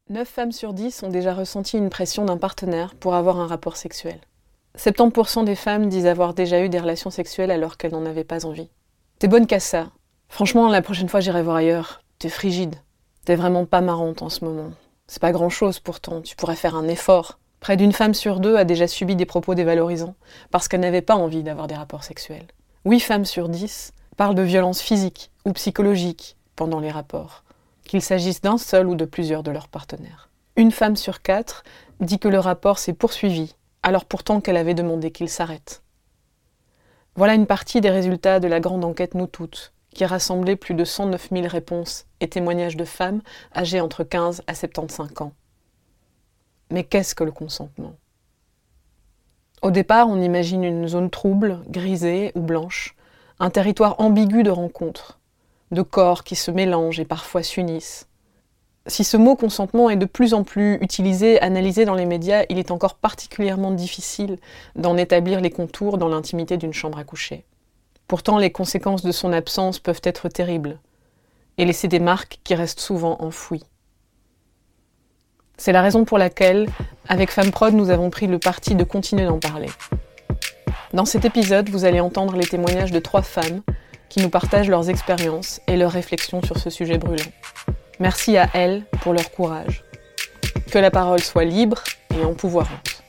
9 femmes sur 10 ont déjà ressenti une pression d'un partenaire pour avoir un rapport sexuel. 70% des femmes disent avoir déjà eu des relations sexuelles alors qu'elles n'en avaient pas envie. T'es bonne qu'à ça. Franchement, la prochaine fois j'irai voir ailleurs. T'es frigide. T'es vraiment pas marrante en ce moment. C'est pas grand-chose pourtant, tu pourrais faire un effort. Près d'une femme sur 2 a déjà subi des propos dévalorisants parce qu'elle n'avait pas envie d'avoir des rapports sexuels. 8 femmes sur 10 parlent de violences physiques ou psychologiques pendant les rapports, qu'il s'agisse d'un seul ou de plusieurs de leurs partenaires. Une femme sur 4 dit que le rapport s'est poursuivi, alors pourtant qu'elle avait demandé qu'il s'arrête. Voilà une partie des résultats de la grande enquête Nous Toutes, qui a rassemblé plus de 109 000 réponses et témoignages de femmes âgées entre 15 à 75 ans. Mais qu'est-ce que le consentement ? Au départ, on imagine une zone trouble, grisée ou blanche, un territoire ambigu de rencontres, de corps qui se mélangent et parfois s'unissent. Si ce mot consentement est de plus en plus utilisé, analysé dans les médias, il est encore particulièrement difficile d'en établir les contours dans l'intimité d'une chambre à coucher. Pourtant, les conséquences de son absence peuvent être terribles et laisser des marques qui restent souvent enfouies. C'est la raison pour laquelle, avec FemmeProd, nous avons pris le parti de continuer d'en parler. Dans cet épisode, vous allez entendre les témoignages de 3 femmes qui nous partagent leurs expériences et leurs réflexions sur ce sujet brûlant. Merci à elles pour leur courage. Que la parole soit libre et empouvoirante.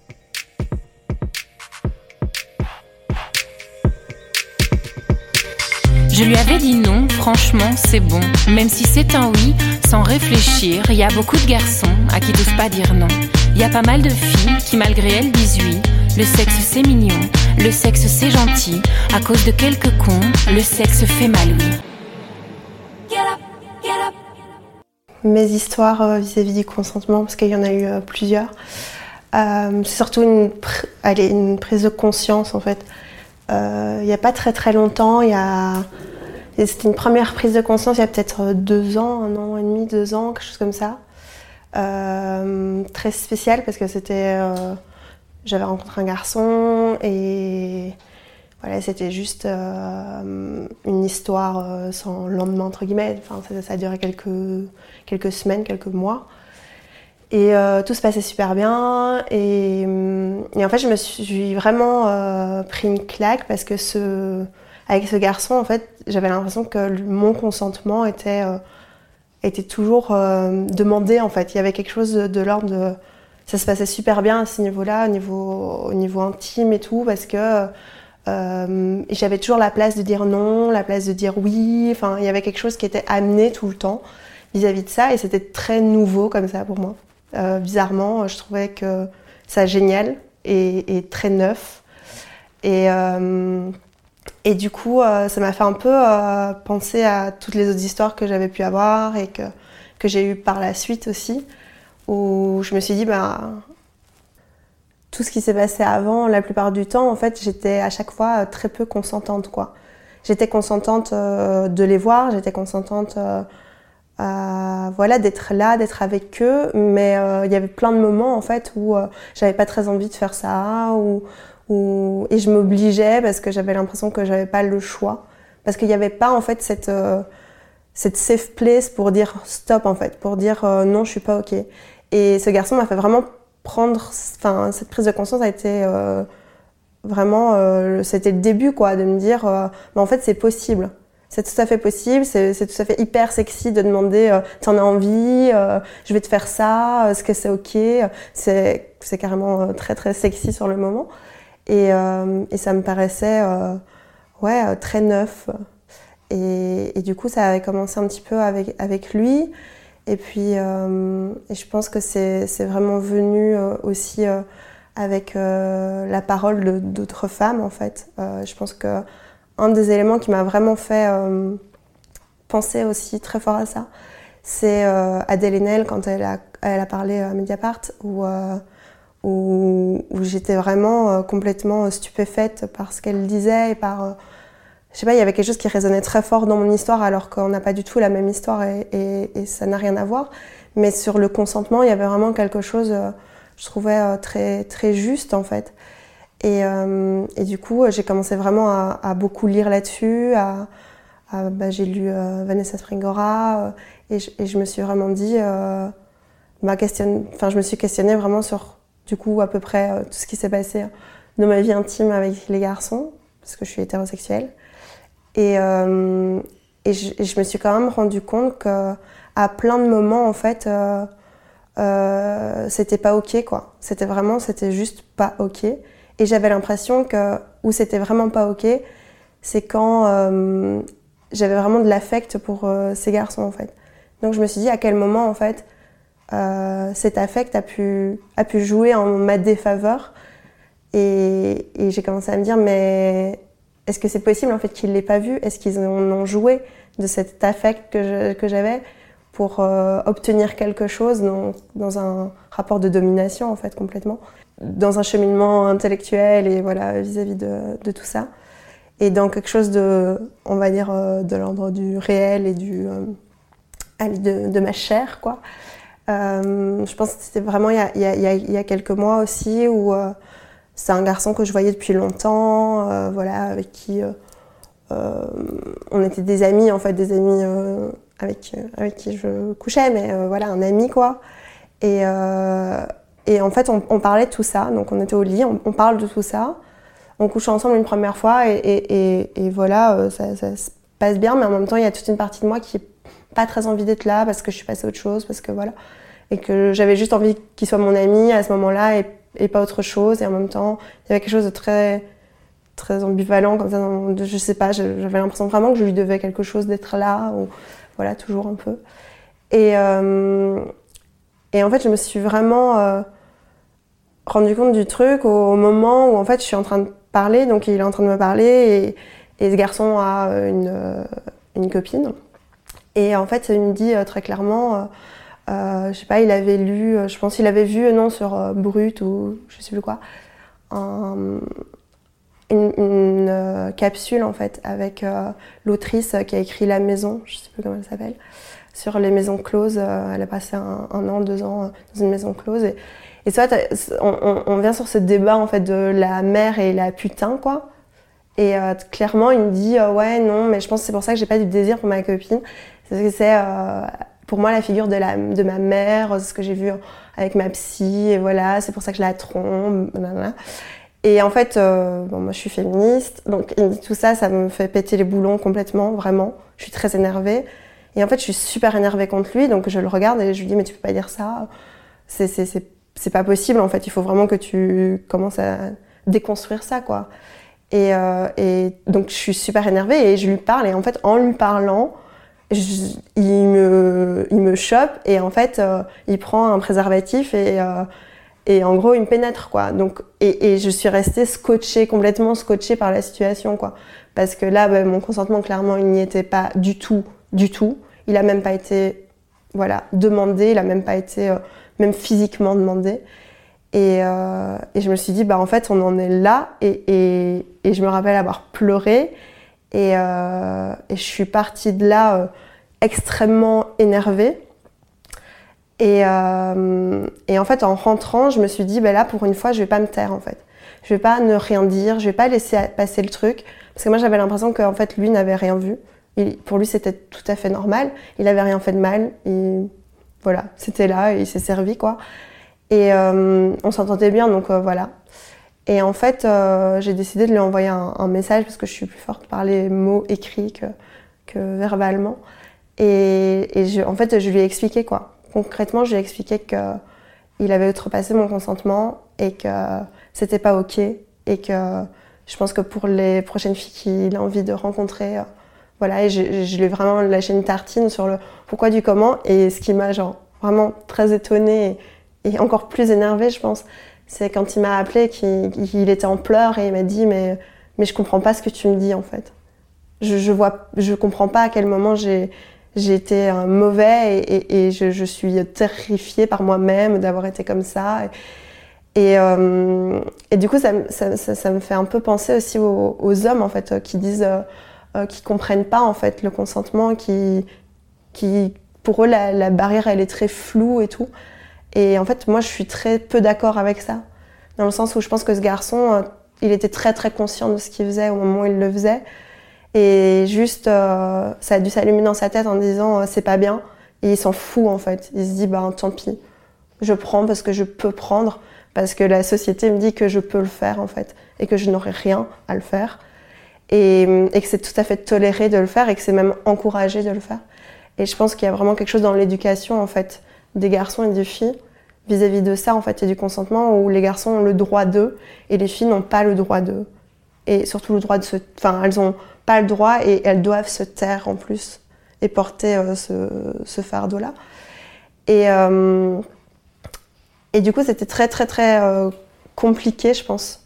Je lui avais dit non, franchement, c'est bon. Même si c'est un oui, sans réfléchir, y a beaucoup de garçons à qui n'osent pas dire non. Y a pas mal de filles qui, malgré elles, disent oui. Le sexe, c'est mignon. Le sexe, c'est gentil. À cause de quelques cons, le sexe fait mal, oui. Mes histoires vis-à-vis du consentement, parce qu'il y en a eu plusieurs, c'est surtout une prise de conscience en fait. Il n'y a pas très très longtemps, c'était une première prise de conscience il y a peut-être 2 ans, 1 an et demi, 2 ans, quelque chose comme ça. Très spécial parce que j'avais rencontré un garçon et voilà, c'était juste une histoire sans lendemain entre guillemets. Enfin, ça a duré quelques semaines, quelques mois. Et tout se passait super bien. Et en fait, je me suis vraiment pris une claque parce que avec ce garçon, en fait, j'avais l'impression que mon consentement était toujours demandé. En fait, il y avait quelque chose de l'ordre de ça se passait super bien à ce niveau-là, au niveau intime et tout, parce que j'avais toujours la place de dire non, la place de dire oui. Enfin, il y avait quelque chose qui était amené tout le temps vis-à-vis de ça, et c'était très nouveau comme ça pour moi. Bizarrement, je trouvais que ça génial et très neuf. Et du coup, ça m'a fait un peu penser à toutes les autres histoires que j'avais pu avoir et que j'ai eues par la suite aussi, où je me suis dit, tout ce qui s'est passé avant, la plupart du temps, en fait, j'étais à chaque fois très peu consentante, quoi. J'étais consentante de les voir, j'étais consentante d'être là, d'être avec eux, mais il y avait plein de moments, en fait, où j'avais pas très envie de faire ça, et je m'obligeais parce que j'avais l'impression que j'avais pas le choix. Parce qu'il y avait pas, en fait, cette safe place pour dire stop, en fait, pour dire non, je suis pas OK. Et ce garçon m'a fait vraiment cette prise de conscience a été c'était le début, quoi, de me dire en fait c'est possible, c'est tout à fait possible, c'est tout à fait hyper sexy de demander t'en as envie, je vais te faire ça, est-ce que c'est OK, c'est carrément très très sexy sur le moment, et ça me paraissait très neuf, et du coup ça avait commencé un petit peu avec lui. Et puis, et je pense que c'est vraiment venu aussi avec la parole d'autres femmes, en fait. Je pense qu'un des éléments qui m'a vraiment fait penser aussi très fort à ça, c'est Adèle Haenel, quand elle a parlé à Mediapart, où j'étais vraiment complètement stupéfaite par ce qu'elle disait et par... je sais pas, il y avait quelque chose qui résonnait très fort dans mon histoire alors qu'on n'a pas du tout la même histoire et ça n'a rien à voir. Mais sur le consentement, il y avait vraiment quelque chose, je trouvais très, très juste en fait. Et du coup, j'ai commencé vraiment à beaucoup lire là-dessus. J'ai lu Vanessa Springora et je me suis vraiment dit, je me suis questionnée vraiment sur, du coup, à peu près tout ce qui s'est passé dans ma vie intime avec les garçons, parce que je suis hétérosexuelle. Et je me suis quand même rendu compte qu'à plein de moments, en fait, c'était pas ok, quoi. C'était juste pas ok. Et j'avais l'impression que où c'était vraiment pas ok, c'est quand j'avais vraiment de l'affect pour ces garçons, en fait. Donc je me suis dit à quel moment, en fait, cet affect a pu jouer en ma défaveur. Et j'ai commencé à me dire, mais est-ce que c'est possible, en fait, qu'ils l'aient pas vu ? Est-ce qu'ils en ont joué de cet affect que j'avais pour obtenir quelque chose dans un rapport de domination, en fait, complètement, dans un cheminement intellectuel et voilà, vis-à-vis de tout ça, et dans quelque chose on va dire, de l'ordre du réel et de ma chair, quoi. Je pense que c'était vraiment il y a quelques mois aussi, où c'est un garçon que je voyais depuis longtemps, voilà, avec qui on était des amis, en fait, des amis avec qui je couchais, mais voilà, un ami, quoi. Et en fait, on parlait de tout ça, donc on était au lit, on parle de tout ça, on couche ensemble une première fois, et voilà, ça se passe bien, mais en même temps, il y a toute une partie de moi qui n'est pas très envie d'être là, parce que je suis passée à autre chose, parce que voilà, et que j'avais juste envie qu'il soit mon ami à ce moment-là, et pas autre chose, et en même temps, il y avait quelque chose de très, très ambivalent, comme ça, je sais pas, j'avais l'impression vraiment que je lui devais quelque chose d'être là, ou voilà, toujours un peu. Et en fait, je me suis vraiment rendu compte du truc au moment où, en fait, je suis en train de parler, donc il est en train de me parler, et ce garçon a une copine. Et en fait, il me dit très clairement, je sais pas, il avait lu, je pense qu'il avait vu, non, sur Brut ou je sais plus quoi, une capsule, en fait, avec l'autrice qui a écrit La Maison, je sais plus comment elle s'appelle, sur les maisons closes. Elle a passé un an, 2 ans dans une maison close. Et soit on vient sur ce débat, en fait, de la mère et la putain, quoi. Et clairement, il me dit ouais, non, mais je pense que c'est pour ça que j'ai pas du désir pour ma copine. Parce que c'est pour moi la figure de ma mère, c'est ce que j'ai vu avec ma psy, et voilà, c'est pour ça que je la trompe. Blablabla. Et en fait, moi je suis féministe, donc il me dit tout ça, ça me fait péter les boulons complètement, vraiment. Je suis très énervée. Et en fait, je suis super énervée contre lui, donc je le regarde et je lui dis, mais tu peux pas dire ça. C'est pas possible, en fait. Il faut vraiment que tu commences à déconstruire ça, quoi. Et donc je suis super énervée et je lui parle, et en fait, en lui parlant, il me chope, et en fait, il prend un préservatif et en gros, il me pénètre, quoi. Donc, et je suis restée complètement scotchée par la situation, quoi. Parce que là, mon consentement, clairement, il n'y était pas du tout. Il a même pas été, voilà, demandé, il a même pas été, même physiquement demandé. Et je me suis dit, en fait, on en est là, et je me rappelle avoir pleuré, et je suis partie de là extrêmement énervée. Et en fait, en rentrant, je me suis dit, là, pour une fois, je vais pas me taire, en fait. Je vais pas ne rien dire, je vais pas laisser passer le truc, parce que moi, j'avais l'impression qu'en fait, lui n'avait rien vu. Pour lui, c'était tout à fait normal. Il avait rien fait de mal. Voilà, c'était là, et il s'est servi, quoi. Et on s'entendait bien, donc voilà. Et en fait, j'ai décidé de lui envoyer un message, parce que je suis plus forte par les mots écrits que verbalement. Et en fait, je lui ai expliqué, quoi. Concrètement, je lui ai expliqué qu'il avait outrepassé mon consentement, et que c'était pas ok, et que je pense que pour les prochaines filles qu'il a envie de rencontrer, voilà. Et je lui ai vraiment lâché une tartine sur le pourquoi du comment. Et ce qui m'a vraiment très étonnée et encore plus énervée, je pense, c'est quand il m'a appelé, qu'il était en pleurs, et il m'a dit mais je comprends pas ce que tu me dis, en fait. Je comprends pas à quel moment j'ai été mauvais, et je suis terrifiée par moi-même d'avoir été comme ça. Et du coup, ça me fait un peu penser aussi aux hommes, en fait, qui disent qui comprennent pas, en fait, le consentement, qui pour eux la barrière, elle est très floue et tout. Et en fait, moi, je suis très peu d'accord avec ça, dans le sens où je pense que ce garçon, il était très très conscient de ce qu'il faisait au moment où il le faisait, et juste ça a dû s'allumer dans sa tête en disant c'est pas bien, et il s'en fout, en fait. Il se dit tant pis, Je prends parce que je peux prendre, parce que la société me dit que je peux le faire en fait, et que je n'aurai rien à le faire, et que c'est tout à fait toléré de le faire, et que c'est même encouragé de le faire. Et je pense qu'il y a vraiment quelque chose dans l'éducation en fait, des garçons et des filles, vis-à-vis de ça en fait, et du consentement, où les garçons ont le droit d'eux, et les filles n'ont pas le droit d'eux. Et surtout le droit de se... Enfin, elles n'ont pas le droit, et elles doivent se taire en plus, et porter ce fardeau-là. Et du coup, c'était très, très, très compliqué, je pense,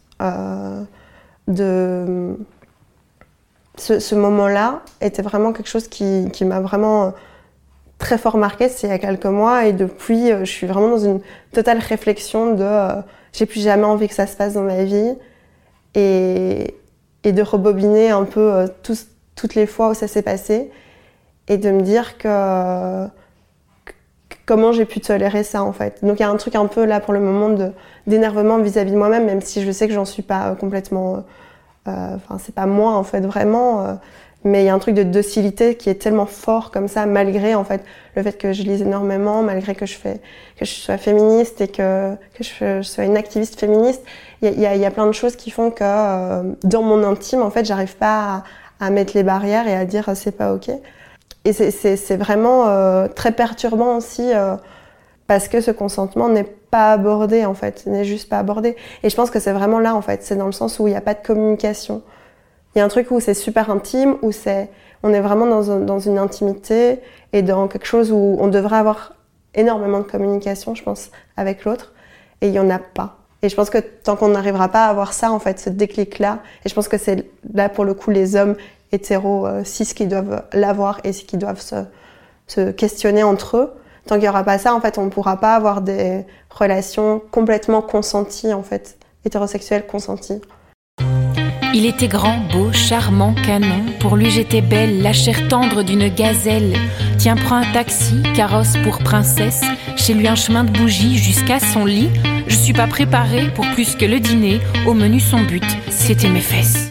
ce moment-là était vraiment quelque chose qui m'a vraiment très fort marquée. C'était il y a quelques mois, et depuis, je suis vraiment dans une totale réflexion de j'ai plus jamais envie que ça se passe dans ma vie, et de rebobiner un peu toutes les fois où ça s'est passé, et de me dire que comment j'ai pu tolérer ça en fait. Donc il y a un truc un peu là pour le moment d'énervement vis-à-vis de moi-même, même si je sais que j'en suis pas complètement... Enfin c'est pas moi en fait vraiment, mais il y a un truc de docilité qui est tellement fort comme ça, malgré en fait le fait que je lise énormément, malgré que je sois féministe et que je sois une activiste féministe. Il y a plein de choses qui font que dans mon intime en fait j'arrive pas à mettre les barrières et à dire c'est pas ok. Et c'est vraiment très perturbant aussi parce que ce consentement n'est pas abordé en fait, n'est juste pas abordé. Et je pense que c'est vraiment là en fait, c'est dans le sens où il n'y a pas de communication. Il y a un truc où c'est super intime, où on est vraiment dans une intimité et dans quelque chose où on devrait avoir énormément de communication, je pense, avec l'autre, et il n'y en a pas. Et je pense que tant qu'on n'arrivera pas à avoir ça en fait, ce déclic-là, et je pense que c'est là pour le coup les hommes hétéros cis qui doivent l'avoir et qui doivent se questionner entre eux. Tant qu'il n'y aura pas ça, en fait, on ne pourra pas avoir des relations complètement consenties, en fait, hétérosexuelles consenties. Il était grand, beau, charmant, canon. Pour lui, j'étais belle, la chair tendre d'une gazelle. Tiens, prends un taxi, carrosse pour princesse. Chez lui, un chemin de bougie jusqu'à son lit. Je suis pas préparée pour plus que le dîner. Au menu, son but, c'était mes fesses.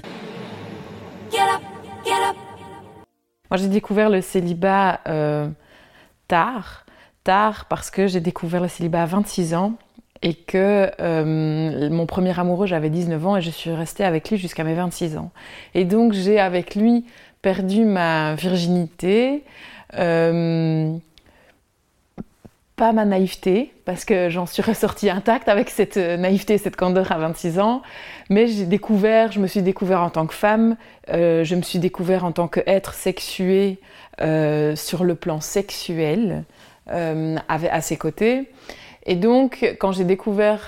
Moi, j'ai découvert le célibat tard parce que j'ai découvert le célibat à 26 ans et que mon premier amoureux, j'avais 19 ans et je suis restée avec lui jusqu'à mes 26 ans. Et donc, j'ai avec lui perdu ma virginité, pas ma naïveté, parce que j'en suis ressortie intacte avec cette naïveté, cette candeur à 26 ans, mais je me suis découvert en tant que femme, je me suis découvert en tant qu'être sexué sur le plan sexuel, à ses côtés. Et donc, quand j'ai découvert...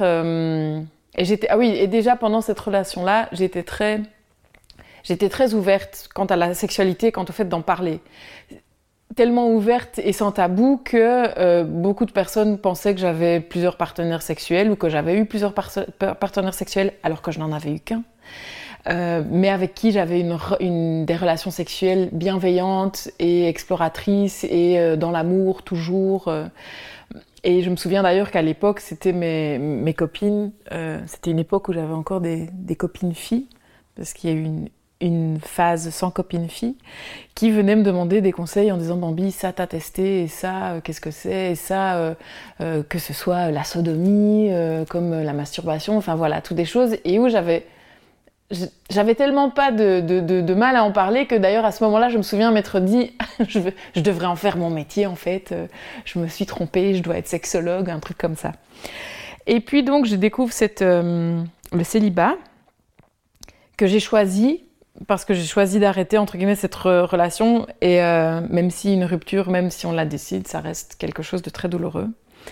et déjà pendant cette relation-là, j'étais très ouverte quant à la sexualité, quant au fait d'en parler. Tellement ouverte et sans tabou que beaucoup de personnes pensaient que j'avais plusieurs partenaires sexuels ou que j'avais eu plusieurs partenaires sexuels alors que je n'en avais eu qu'un. Mais avec qui j'avais des relations sexuelles bienveillantes et exploratrices et dans l'amour toujours. Et je me souviens d'ailleurs qu'à l'époque, c'était mes copines. C'était une époque où j'avais encore des copines filles, parce qu'il y a eu une phase sans copine fille, qui venait me demander des conseils en disant « Bambi, ça t'as testé, et ça, qu'est-ce que c'est ? Et ça, que ce soit la sodomie, comme la masturbation, enfin voilà, toutes des choses. » Et où j'avais tellement pas de mal à en parler que d'ailleurs à ce moment-là, je me souviens m'être dit « Je devrais en faire mon métier en fait, je me suis trompée, je dois être sexologue, un truc comme ça. » Et puis donc, je découvre le célibat que j'ai choisi, parce que j'ai choisi d'arrêter, entre guillemets, cette relation. Et même si une rupture, même si on la décide, ça reste quelque chose de très douloureux.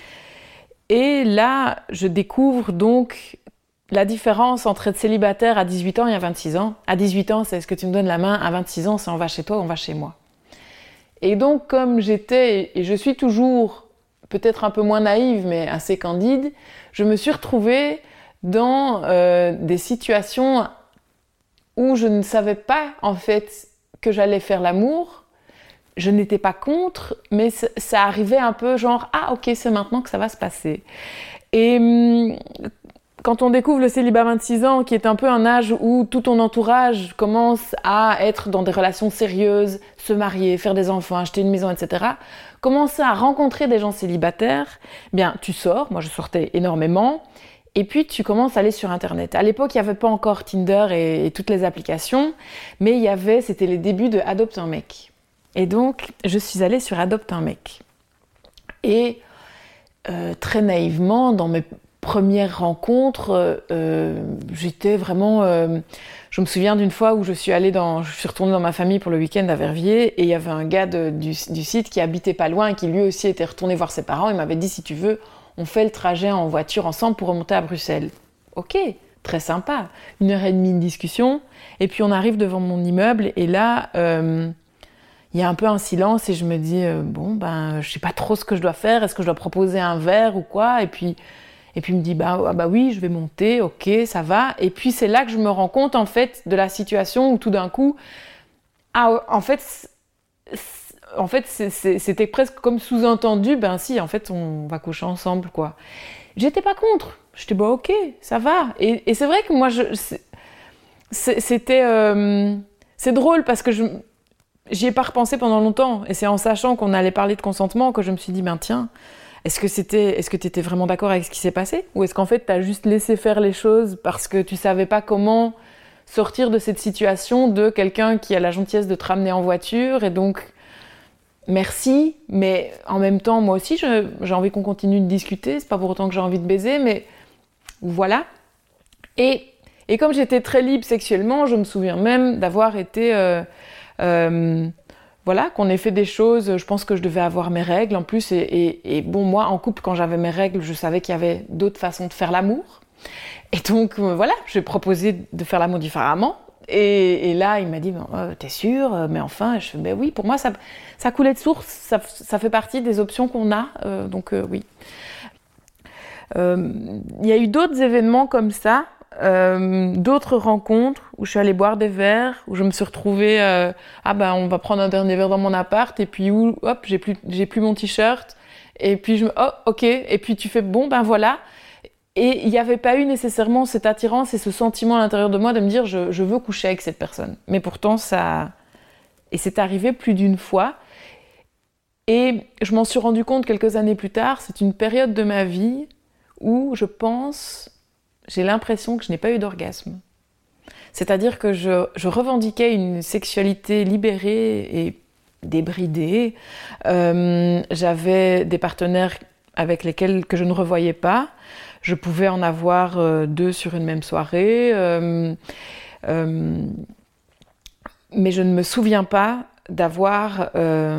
Et là, je découvre donc la différence entre être célibataire à 18 ans et à 26 ans. À 18 ans, c'est est-ce que tu me donnes la main ? À 26 ans, c'est on va chez toi ou on va chez moi. Et donc, comme j'étais, et je suis toujours peut-être un peu moins naïve, mais assez candide, je me suis retrouvée dans des situations où je ne savais pas, en fait, que j'allais faire l'amour. Je n'étais pas contre, mais ça arrivait un peu genre « Ah, ok, c'est maintenant que ça va se passer. » Et quand on découvre le célibat à 26 ans, qui est un peu un âge où tout ton entourage commence à être dans des relations sérieuses, se marier, faire des enfants, acheter une maison, etc., commencer à rencontrer des gens célibataires, bien, tu sors, moi je sortais énormément, et puis tu commences à aller sur Internet. À l'époque, il n'y avait pas encore Tinder et toutes les applications, mais c'était les débuts de Adopte un mec. Et donc, je suis allée sur Adopte un mec. Et très naïvement, dans mes première rencontre, j'étais vraiment... je me souviens d'une fois où je suis retournée dans ma famille pour le week-end à Verviers et il y avait un gars du site qui habitait pas loin et qui lui aussi était retourné voir ses parents. Il m'avait dit, si tu veux, on fait le trajet en voiture ensemble pour remonter à Bruxelles. Ok, très sympa. 1h30 de discussion. Et puis on arrive devant mon immeuble et là, il y a un peu un silence et je me dis, je sais pas trop ce que je dois faire. Est-ce que je dois proposer un verre ou quoi ? Et puis il me dit, bah oui, je vais monter, ok, ça va. Et puis c'est là que je me rends compte, en fait, de la situation où tout d'un coup, en fait, c'était presque comme sous-entendu, si, en fait, on va coucher ensemble, quoi. J'étais pas contre. J'étais, ok, ça va. Et c'est vrai que moi, c'est drôle parce que j'y ai pas repensé pendant longtemps. Et c'est en sachant qu'on allait parler de consentement que je me suis dit, tiens, est-ce que tu étais vraiment d'accord avec ce qui s'est passé ? Ou est-ce qu'en fait, tu as juste laissé faire les choses parce que tu savais pas comment sortir de cette situation de quelqu'un qui a la gentillesse de te ramener en voiture et donc, merci, mais en même temps, moi aussi, j'ai envie qu'on continue de discuter. C'est pas pour autant que j'ai envie de baiser, mais voilà. Et comme j'étais très libre sexuellement, je me souviens même d'avoir été... qu'on ait fait des choses, je pense que je devais avoir mes règles en plus. Et moi, en couple, quand j'avais mes règles, je savais qu'il y avait d'autres façons de faire l'amour. Et donc, j'ai proposé de faire l'amour différemment. Et là, il m'a dit, t'es sûre ? Mais enfin, je fais, oui, pour moi, ça coulait de source. Ça fait partie des options qu'on a. Oui. Il y a eu d'autres événements comme ça. D'autres rencontres où je suis allée boire des verres, où je me suis retrouvée on va prendre un dernier verre dans mon appart et puis j'ai plus mon t-shirt et puis ok, et puis tu fais voilà, et il n'y avait pas eu nécessairement cette attirance et ce sentiment à l'intérieur de moi de me dire je veux coucher avec cette personne, mais pourtant c'est arrivé plus d'une fois et je m'en suis rendu compte quelques années plus tard. C'est une période de ma vie où j'ai l'impression que je n'ai pas eu d'orgasme. C'est-à-dire que je revendiquais une sexualité libérée et débridée. J'avais des partenaires avec lesquels que je ne revoyais pas. Je pouvais en avoir 2 sur une même soirée. Mais je ne me souviens pas d'avoir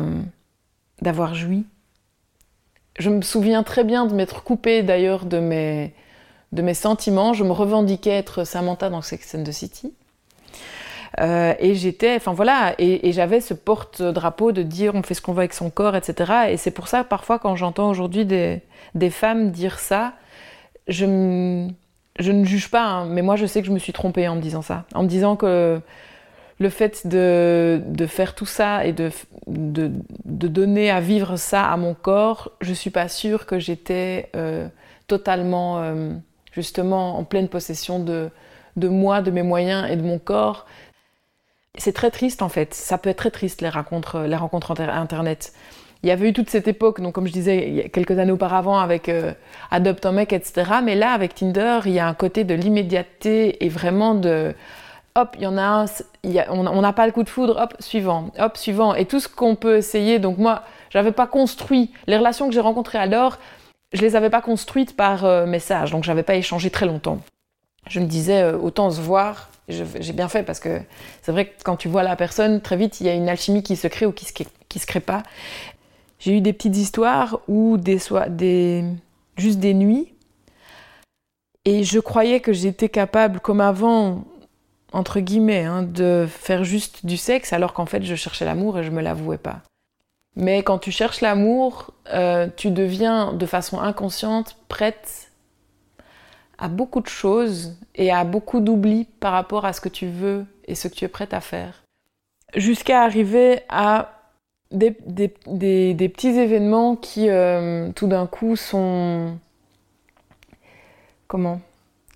joui. Je me souviens très bien de m'être coupée d'ailleurs de mes sentiments. Je me revendiquais être Samantha dans Sex and the City. Et j'étais, et j'avais ce porte-drapeau de dire on fait ce qu'on veut avec son corps, etc. Et c'est pour ça, parfois, quand j'entends aujourd'hui des femmes dire ça, je ne juge pas, mais moi je sais que je me suis trompée en me disant ça. En me disant que le fait de faire tout ça et de donner à vivre ça à mon corps, je suis pas sûre que j'étais totalement... justement en pleine possession de moi, de mes moyens et de mon corps. C'est très triste en fait, ça peut être très triste les rencontres internet. Il y avait eu toute cette époque, donc comme je disais, il y a quelques années auparavant avec Adopte un mec, etc. Mais là, avec Tinder, il y a un côté de l'immédiateté et vraiment de... Hop, il y en a un, on n'a pas le coup de foudre, hop, suivant. Et tout ce qu'on peut essayer, donc moi, j'avais pas construit, les relations que j'ai rencontrées alors, je les avais pas construites par message, donc j'avais pas échangé très longtemps. Je me disais, autant se voir, j'ai bien fait parce que c'est vrai que quand tu vois la personne, très vite, il y a une alchimie qui se crée ou qui se crée pas. J'ai eu des petites histoires ou juste des nuits, et je croyais que j'étais capable, comme avant, entre guillemets, de faire juste du sexe, alors qu'en fait, je cherchais l'amour et je me l'avouais pas. Mais quand tu cherches l'amour, tu deviens de façon inconsciente prête à beaucoup de choses et à beaucoup d'oubli par rapport à ce que tu veux et ce que tu es prête à faire. Jusqu'à arriver à des petits événements qui, tout d'un coup,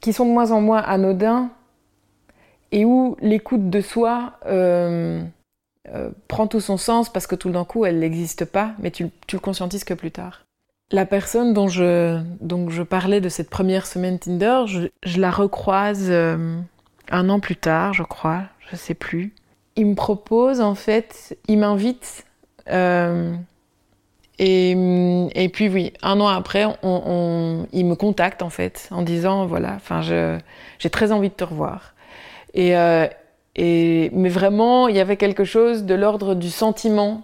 qui sont de moins en moins anodins et où l'écoute de soi prend tout son sens parce que tout d'un coup, elle n'existe pas, mais tu le conscientises que plus tard. La personne dont je parlais de cette première semaine Tinder, je la recroise 1 an plus tard, je crois, je sais plus. Il me propose, en fait, il m'invite, et puis oui, 1 an après, il me contacte, en fait, en disant, voilà, j'ai très envie de te revoir. Mais vraiment, il y avait quelque chose de l'ordre du sentiment,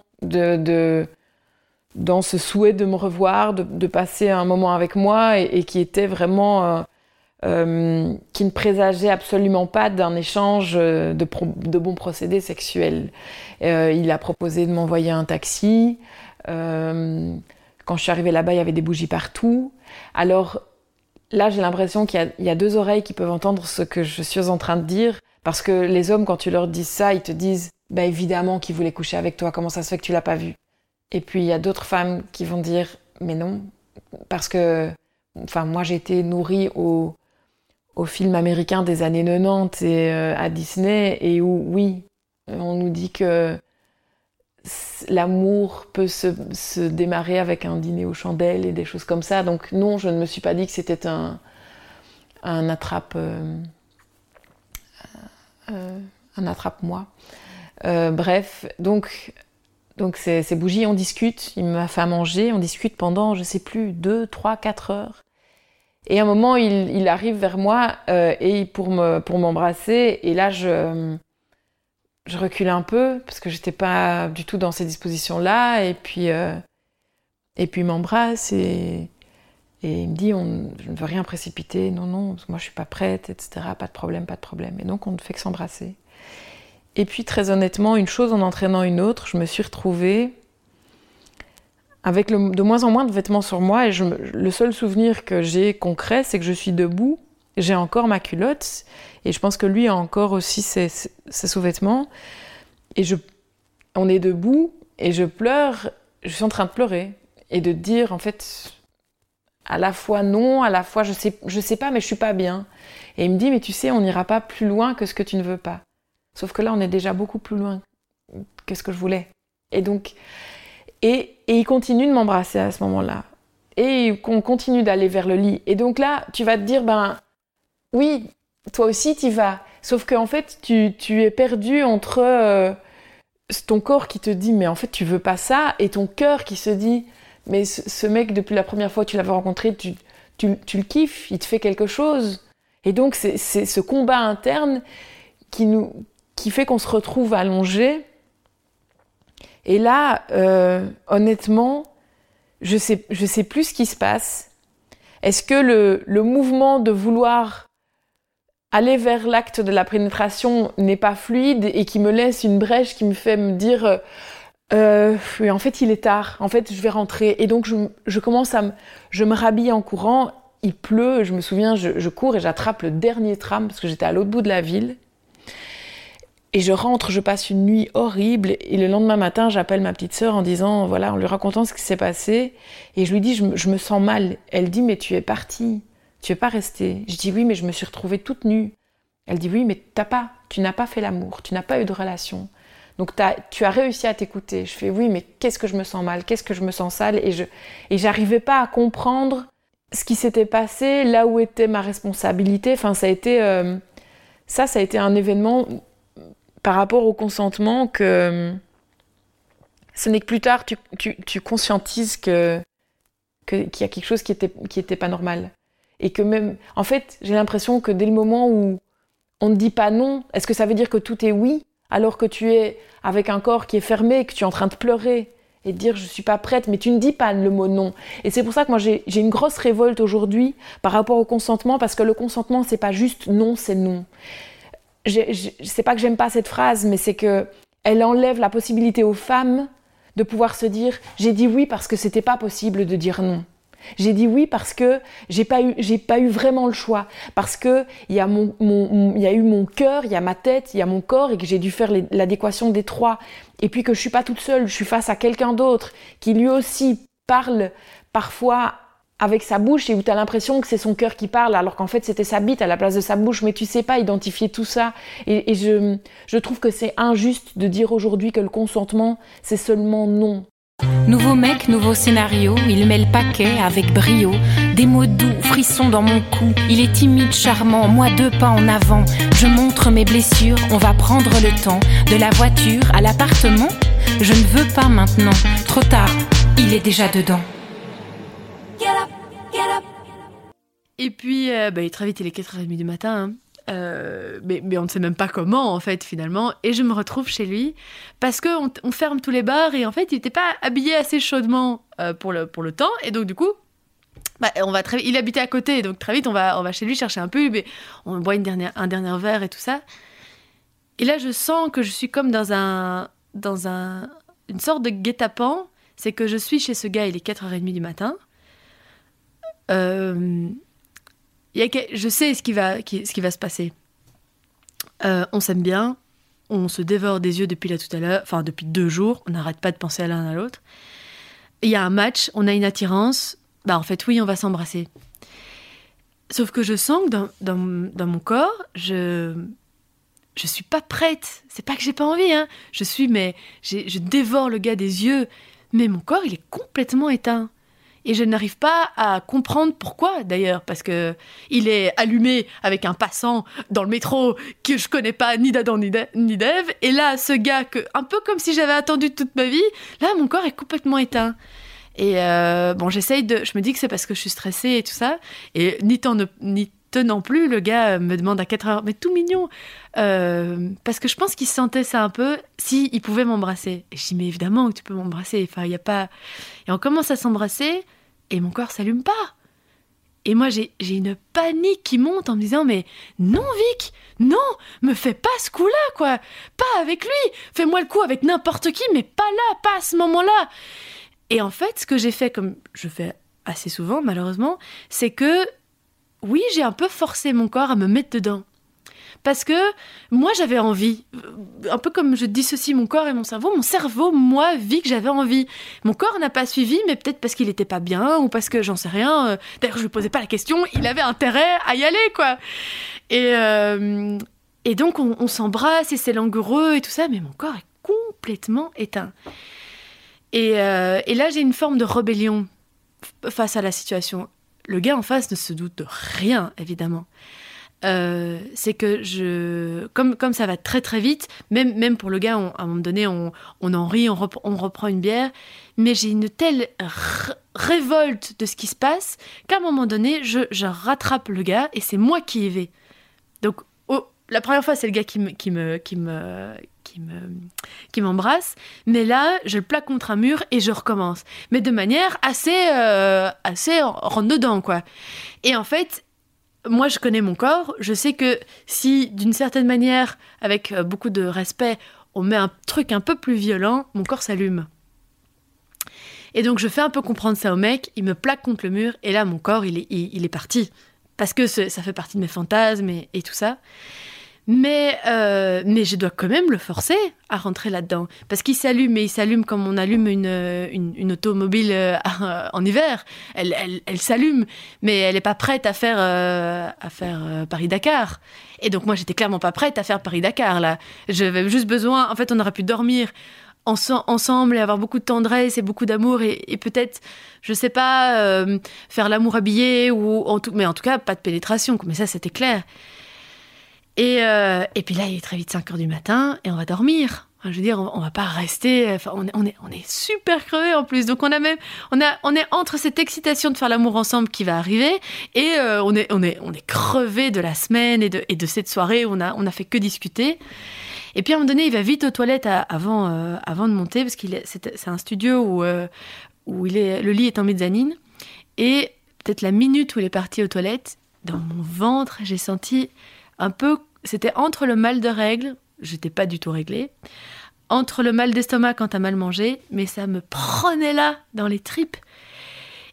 dans ce souhait de me revoir, de passer un moment avec moi, et qui était vraiment... qui ne présageait absolument pas d'un échange de bons procédés sexuels. Il a proposé de m'envoyer un taxi. Quand je suis arrivée là-bas, il y avait des bougies partout. Alors là, j'ai l'impression qu'il y a 2 oreilles qui peuvent entendre ce que je suis en train de dire, parce que les hommes, quand tu leur dis ça, ils te disent « Bah évidemment qu'il voulait coucher avec toi, comment ça se fait que tu l'as pas vu ?» Et puis il y a d'autres femmes qui vont dire « Mais non, parce que moi j'ai été nourrie au film américain des années 90 et à Disney, et où, oui, on nous dit que l'amour peut se démarrer avec un dîner aux chandelles et des choses comme ça. Donc non, je ne me suis pas dit que c'était un attrape-moi. Bref, donc ces bougies, on discute, il m'a fait à manger, on discute pendant, je sais plus, 2, 3, 4 heures. Et à un moment, il arrive vers moi pour m'embrasser. Et là, je recule un peu parce que j'étais pas du tout dans ces dispositions-là. Et puis il m'embrasse et il me dit je ne veux rien précipiter. Non, parce que moi je suis pas prête, etc. Pas de problème. Et donc on ne fait que s'embrasser. Et puis très honnêtement, une chose en entraînant une autre, je me suis retrouvée avec de moins en moins de vêtements sur moi, et le seul souvenir que j'ai concret, c'est que je suis debout, j'ai encore ma culotte, et je pense que lui a encore aussi ses sous-vêtements, et on est debout, et je pleure, je suis en train de pleurer, et de dire en fait, à la fois non, à la fois je sais pas, mais je suis pas bien. Et il me dit, mais tu sais, on n'ira pas plus loin que ce que tu ne veux pas. Sauf que là, on est déjà beaucoup plus loin que ce que je voulais. Et donc... Et il continue de m'embrasser à ce moment-là. Et on continue d'aller vers le lit. Et donc là, tu vas te dire, oui, toi aussi t'y vas. Sauf qu'en fait, tu es perdu entre ton corps qui te dit, mais en fait, tu veux pas ça, et ton cœur qui se dit, mais ce mec, depuis la première fois que tu l'avais rencontré, tu le kiffes, il te fait quelque chose. Et donc, c'est ce combat interne qui fait qu'on se retrouve allongé. Et là, honnêtement, je sais plus ce qui se passe. Est-ce que le mouvement de vouloir aller vers l'acte de la pénétration n'est pas fluide et qui me laisse une brèche qui me fait me dire oui, en fait, il est tard. En fait, je vais rentrer. Et donc, je me rhabille en courant. Il pleut. Je me souviens, je cours et j'attrape le dernier tram parce que j'étais à l'autre bout de la ville. Et je rentre, je passe une nuit horrible, et le lendemain matin, j'appelle ma petite sœur en disant, voilà, en lui racontant ce qui s'est passé, et je lui dis, je me sens mal. Elle dit, mais tu es partie, tu es pas restée. Je dis, oui, mais je me suis retrouvée toute nue. Elle dit, oui, mais tu n'as pas fait l'amour, tu n'as pas eu de relation. Donc tu as réussi à t'écouter. Je fais, oui, mais qu'est-ce que je me sens mal, qu'est-ce que je me sens sale, et j'arrivais pas à comprendre ce qui s'était passé, là où était ma responsabilité. Enfin, ça a été un événement par rapport au consentement que ce n'est que plus tard tu conscientises qu'il y a quelque chose qui était pas normal. Et que même, en fait, j'ai l'impression que dès le moment où on ne dit pas non, est-ce que ça veut dire que tout est oui, alors que tu es avec un corps qui est fermé, que tu es en train de pleurer et de dire je suis pas prête, mais tu ne dis pas le mot non. Et c'est pour ça que moi j'ai une grosse révolte aujourd'hui par rapport au consentement, parce que le consentement c'est pas juste non, c'est non. C'est pas que j'aime pas cette phrase, mais c'est que elle enlève la possibilité aux femmes de pouvoir se dire j'ai dit oui parce que c'était pas possible de dire non. J'ai dit oui parce que j'ai pas eu vraiment le choix, parce que il y a eu mon cœur, il y a ma tête, il y a mon corps, et que j'ai dû faire l'adéquation des trois, et puis que je suis pas toute seule, je suis face à quelqu'un d'autre qui lui aussi parle parfois avec sa bouche et où tu as l'impression que c'est son cœur qui parle alors qu'en fait c'était sa bite à la place de sa bouche, mais tu sais pas identifier tout ça. Et je trouve que c'est injuste de dire aujourd'hui que le consentement, c'est seulement non. Nouveau mec, nouveau scénario, il met le paquet avec brio. Des mots doux, frissons dans mon cou. Il est timide, charmant, moi 2 pas en avant. Je montre mes blessures, on va prendre le temps. De la voiture à l'appartement, je ne veux pas maintenant. Trop tard, il est déjà dedans. Et puis, très vite, il est 4h30 du matin, mais on ne sait même pas comment, en fait, finalement. Et je me retrouve chez lui, parce qu'on ferme tous les bars, et en fait, il n'était pas habillé assez chaudement pour le temps. Et donc, du coup, il habitait à côté, donc très vite, on va chez lui chercher un pub, et on boit un dernier verre et tout ça. Et là, je sens que je suis comme dans une sorte de guet-apens. C'est que je suis chez ce gars, il est 4h30 du matin. Je sais ce qui va se passer. On s'aime bien, on se dévore des yeux depuis là tout à l'heure, enfin depuis 2 jours, on n'arrête pas de penser à l'un à l'autre. Il y a un match, on a une attirance, en fait oui, on va s'embrasser. Sauf que je sens que dans mon corps, je suis pas prête. C'est pas que j'ai pas envie, hein. Je dévore le gars des yeux, mais mon corps il est complètement éteint. Et je n'arrive pas à comprendre pourquoi, d'ailleurs, parce que il est allumé avec un passant dans le métro que je connais pas ni d'Adam ni d'Ève. Et là, ce gars un peu comme si j'avais attendu toute ma vie, là, mon corps est complètement éteint. Et je me dis que c'est parce que je suis stressée et tout ça. Et ni tenant plus, le gars me demande à 4h, mais tout mignon, parce que je pense qu'il sentait ça un peu, s'il pouvait m'embrasser. Et je dis, mais évidemment que tu peux m'embrasser. Enfin, il y a pas. Et on commence à s'embrasser. Et mon corps s'allume pas. Et moi, j'ai une panique qui monte en me disant, mais non, Vic, non, me fais pas ce coup-là, quoi. Pas avec lui. Fais-moi le coup avec n'importe qui, mais pas là, pas à ce moment-là. Et en fait, ce que j'ai fait, comme je fais assez souvent, malheureusement, c'est que, oui, j'ai un peu forcé mon corps à me mettre dedans. Parce que moi, j'avais envie. Un peu comme je dissocie mon corps et mon cerveau. Mon cerveau, moi, vit que j'avais envie. Mon corps n'a pas suivi, mais peut-être parce qu'il n'était pas bien ou parce que j'en sais rien. D'ailleurs, je ne lui posais pas la question. Il avait intérêt à y aller, quoi. Et donc, on s'embrasse et c'est langoureux et tout ça, mais mon corps est complètement éteint. Et là, j'ai une forme de rébellion face à la situation. Le gars en face ne se doute de rien, évidemment. C'est que comme ça va très très vite, même pour le gars, à un moment donné, on en rit, on reprend une bière, mais j'ai une telle révolte de ce qui se passe qu'à un moment donné, je rattrape le gars et c'est moi qui y vais. Donc la première fois, c'est le gars qui m'embrasse, mais là, je le plaque contre un mur et je recommence, mais de manière assez rentre-dedans, quoi. Et en fait, moi, je connais mon corps. Je sais que si, d'une certaine manière, avec beaucoup de respect, on met un truc un peu plus violent, mon corps s'allume. Et donc, je fais un peu comprendre ça au mec. Il me plaque contre le mur. Et là, mon corps, il est parti. Parce que ça fait partie de mes fantasmes et tout ça. Mais je dois quand même le forcer à rentrer là-dedans. Parce qu'il s'allume, mais il s'allume comme on allume une automobile en hiver. Elle s'allume, mais elle n'est pas prête à faire Paris-Dakar. Et donc moi, j'étais clairement pas prête à faire Paris-Dakar, là. J'avais juste besoin... En fait, on aurait pu dormir ensemble et avoir beaucoup de tendresse et beaucoup d'amour et peut-être, je sais pas, faire l'amour habillé, mais en tout cas, pas de pénétration. Mais ça, c'était clair. Et puis là, il est très vite 5h du matin et on va dormir. Enfin, je veux dire, on va pas rester... Enfin, on est super crevés en plus. Donc on est entre cette excitation de faire l'amour ensemble qui va arriver et on est crevés de la semaine et de cette soirée où on a fait que discuter. Et puis à un moment donné, il va vite aux toilettes avant de monter parce c'est un studio où le lit est en mezzanine. Et peut-être la minute où il est parti aux toilettes, dans mon ventre, j'ai senti un peu... C'était entre le mal de règles, j'étais pas du tout réglée, entre le mal d'estomac quand t'as mal mangé, mais ça me prenait là, dans les tripes.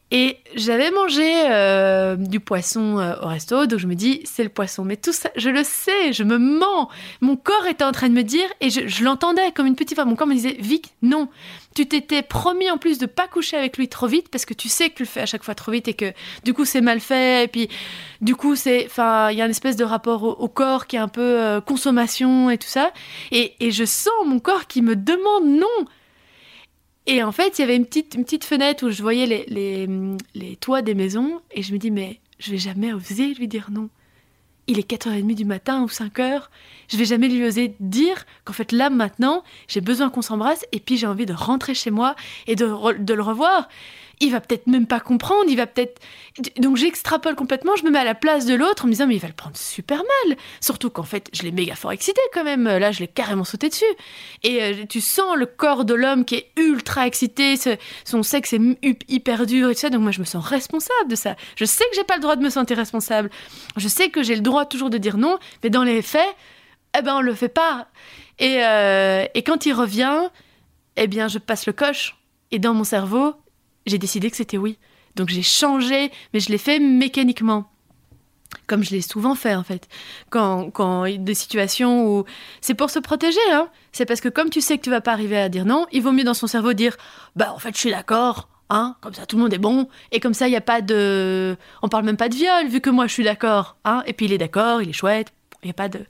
Et j'avais mangé du poisson au resto, donc je me dis, c'est le poisson. Mais tout ça, je le sais, je me mens. Mon corps était en train de me dire, et je l'entendais comme une petite voix, mon corps me disait, Vic, non, tu t'étais promis en plus de pas coucher avec lui trop vite, parce que tu sais que tu le fais à chaque fois trop vite, et que du coup c'est mal fait, et puis du coup il y a une espèce de rapport au corps qui est un peu consommation et tout ça. Et je sens mon corps qui me demande non. Et en fait, il y avait une petite fenêtre où je voyais les toits des maisons, et je me dis, mais je vais jamais oser lui dire non. Il est 4h30 du matin ou 5h, je vais jamais lui oser dire qu'en fait là, maintenant, j'ai besoin qu'on s'embrasse, et puis j'ai envie de rentrer chez moi et de le revoir. Il va peut-être même pas comprendre, il va peut-être... Donc j'extrapole complètement, je me mets à la place de l'autre en me disant, mais il va le prendre super mal. Surtout qu'en fait, je l'ai méga fort excité quand même. Là, je l'ai carrément sauté dessus. Et tu sens le corps de l'homme qui est ultra excité, son sexe est hyper dur et tout ça. Donc moi, je me sens responsable de ça. Je sais que j'ai pas le droit de me sentir responsable. Je sais que j'ai le droit toujours de dire non, mais dans les faits, on le fait pas. Et quand il revient, je passe le coche. Et dans mon cerveau, j'ai décidé que c'était oui. Donc j'ai changé, mais je l'ai fait mécaniquement. Comme je l'ai souvent fait, en fait. Quand il y a des situations où... C'est pour se protéger, hein. C'est parce que comme tu sais que tu vas pas arriver à dire non, il vaut mieux dans son cerveau dire « en fait, je suis d'accord, hein. Comme ça, tout le monde est bon. Et comme ça, il n'y a pas de... On parle même pas de viol, vu que moi, je suis d'accord, hein. Et puis, il est d'accord, il est chouette. Il n'y a pas de...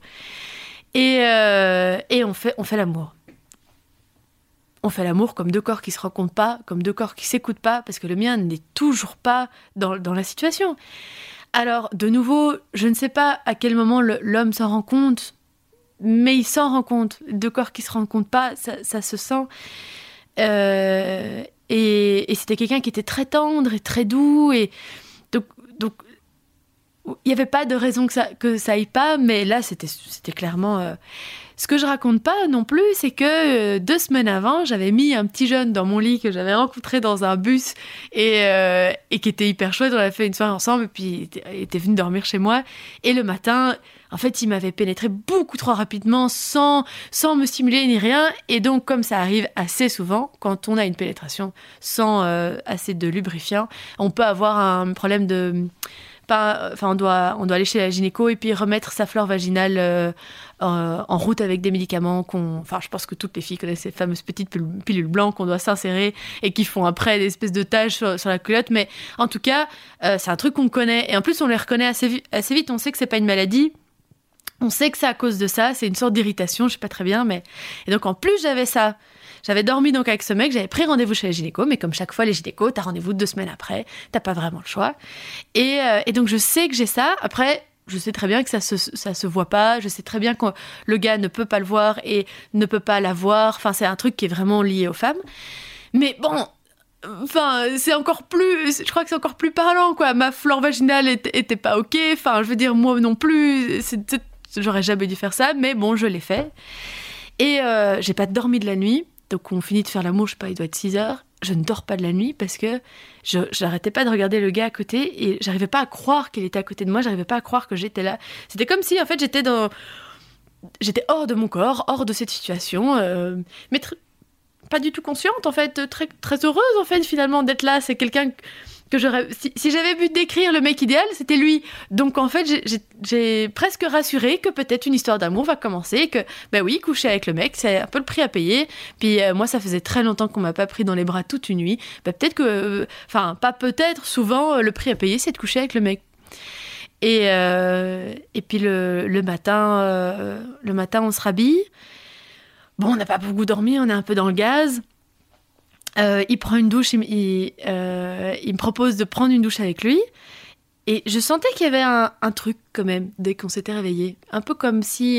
Et on fait l'amour. On fait l'amour comme deux corps qui se rencontrent pas, comme deux corps qui s'écoutent pas, parce que le mien n'est toujours pas dans la situation. Alors, de nouveau, je ne sais pas à quel moment l'homme s'en rend compte, mais il s'en rend compte. Deux corps qui se rencontrent pas, ça se sent. Et c'était quelqu'un qui était très tendre et très doux, et donc il n'y avait pas de raison que ça aille pas, mais là, c'était clairement... Ce que je raconte pas non plus, c'est que 2 semaines avant, j'avais mis un petit jeune dans mon lit que j'avais rencontré dans un bus et qui était hyper chouette. On avait fait une soirée ensemble et puis il était venu dormir chez moi. Et le matin, en fait, il m'avait pénétré beaucoup trop rapidement sans me stimuler ni rien. Et donc, comme ça arrive assez souvent, quand on a une pénétration sans assez de lubrifiant, on peut avoir un problème de... on doit aller chez la gynéco et puis remettre sa flore vaginale en route avec des médicaments je pense que toutes les filles connaissent ces fameuses petites pilules blancs qu'on doit s'insérer et qui font après des espèces de taches sur la culotte. Mais en tout cas, c'est un truc qu'on connaît. Et en plus, on les reconnaît assez vite. On sait que c'est pas une maladie. On sait que c'est à cause de ça. C'est une sorte d'irritation, je sais pas très bien. Et donc, en plus, j'avais ça. J'avais dormi donc avec ce mec, j'avais pris rendez-vous chez la gynéco, mais comme chaque fois les gynécos, t'as rendez-vous 2 semaines après, t'as pas vraiment le choix. Et donc je sais que j'ai ça. Après, je sais très bien que ça se voit pas. Je sais très bien que le gars ne peut pas le voir et ne peut pas la voir. Enfin, c'est un truc qui est vraiment lié aux femmes. Mais bon, c'est encore plus... Je crois que c'est encore plus parlant, quoi. Ma flore vaginale était pas OK. Enfin, je veux dire, moi non plus, j'aurais jamais dû faire ça. Mais bon, je l'ai fait. Et j'ai pas dormi de la nuit. Donc on finit de faire l'amour, je sais pas, il doit être 6h. Je ne dors pas de la nuit parce que j'arrêtais pas de regarder le gars à côté et j'arrivais pas à croire qu'il était à côté de moi, j'arrivais pas à croire que j'étais là. C'était comme si en fait j'étais hors de mon corps, hors de cette situation, mais pas du tout consciente en fait, très, très heureuse en fait finalement d'être là. C'est quelqu'un que j'aurais... Si j'avais pu décrire le mec idéal, c'était lui. Donc en fait, j'ai presque rassuré que peut-être une histoire d'amour va commencer, que oui, coucher avec le mec, c'est un peu le prix à payer. Puis moi, ça faisait très longtemps qu'on m'a pas pris dans les bras toute une nuit. Peut-être que... pas peut-être, souvent, le prix à payer, c'est de coucher avec le mec. Et puis le matin, on se rhabille. Bon, on n'a pas beaucoup dormi, on est un peu dans le gaz. Il prend une douche, il me propose de prendre une douche avec lui. Et je sentais qu'il y avait un truc quand même, dès qu'on s'était réveillés. Un peu comme si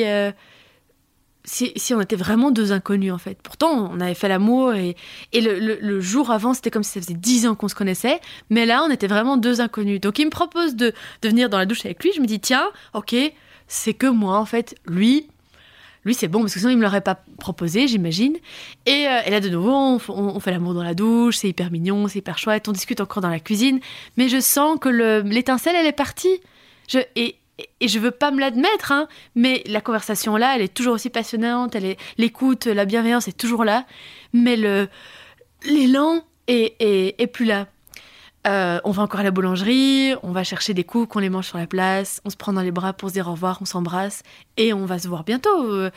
on était vraiment 2 inconnus en fait. Pourtant, on avait fait l'amour et le jour avant, c'était comme si ça faisait 10 ans qu'on se connaissait. Mais là, on était vraiment 2 inconnus. Donc il me propose de venir dans la douche avec lui. Je me dis, tiens, ok, c'est que moi en fait. Lui, c'est bon, parce que sinon, il me l'aurait pas proposé, j'imagine. Et là, de nouveau, on fait l'amour dans la douche, c'est hyper mignon, c'est hyper chouette, on discute encore dans la cuisine. Mais je sens que l'étincelle, elle est partie. Et je veux pas me l'admettre, hein, mais la conversation là, elle est toujours aussi passionnante, l'écoute, la bienveillance est toujours là. Mais l'élan est plus là. On va encore à la boulangerie, on va chercher des coups, qu'on les mange sur la place, on se prend dans les bras pour se dire au revoir, on s'embrasse et on va se voir bientôt.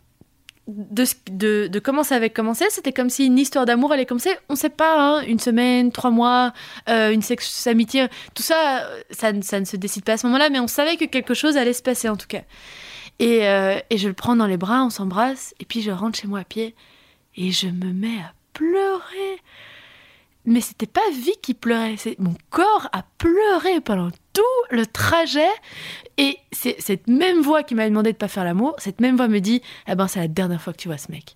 De comment ça avait commencé, c'était comme si une histoire d'amour allait commencer, on sait pas, hein, 1 semaine, 3 mois, une amitié, tout ça, ça ne se décide pas à ce moment-là, mais on savait que quelque chose allait se passer en tout cas. Et je le prends dans les bras, on s'embrasse, et puis je rentre chez moi à pied, et je me mets à pleurer. Mais c'était pas Vie qui pleurait, c'est mon corps a pleuré pendant tout le trajet. Et c'est cette même voix qui m'avait demandé de pas faire l'amour, cette même voix me dit « Eh ben, c'est la dernière fois que tu vois ce mec. »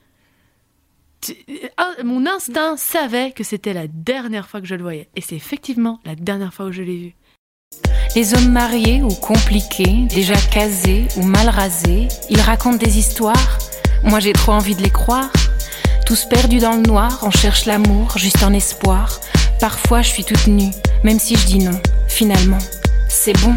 Mon instinct savait que c'était la dernière fois que je le voyais. Et c'est effectivement la dernière fois où je l'ai vu. Les hommes mariés ou compliqués, déjà casés ou mal rasés, ils racontent des histoires. Moi, j'ai trop envie de les croire. Tous perdus dans le noir, on cherche l'amour, juste en espoir. Parfois, je suis toute nue, même si je dis non. Finalement, c'est bon.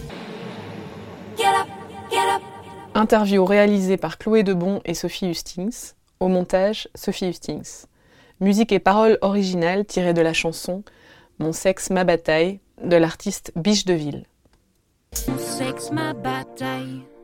Interview réalisée par Chloé Debon et Sophie Hustings. Au montage, Sophie Hustings. Musique et paroles originales tirées de la chanson « Mon sexe, ma bataille » de l'artiste Biche de Ville. Mon sexe, ma bataille.